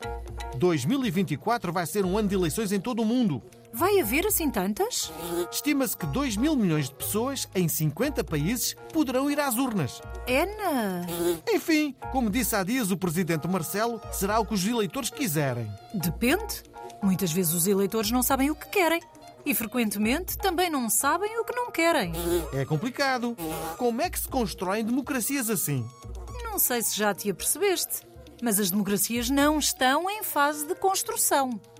2024 vai ser um ano de eleições em todo o mundo. Vai haver assim tantas? Estima-se que 2 mil milhões de pessoas em 50 países poderão ir às urnas. Ana! Enfim, como disse há dias o presidente Marcelo, será o que os eleitores quiserem. Depende. Muitas vezes os eleitores não sabem o que querem. E, frequentemente, também não sabem o que não querem. É complicado. Como é que se constroem democracias assim? Não sei se já te apercebeste, mas as democracias não estão em fase de construção.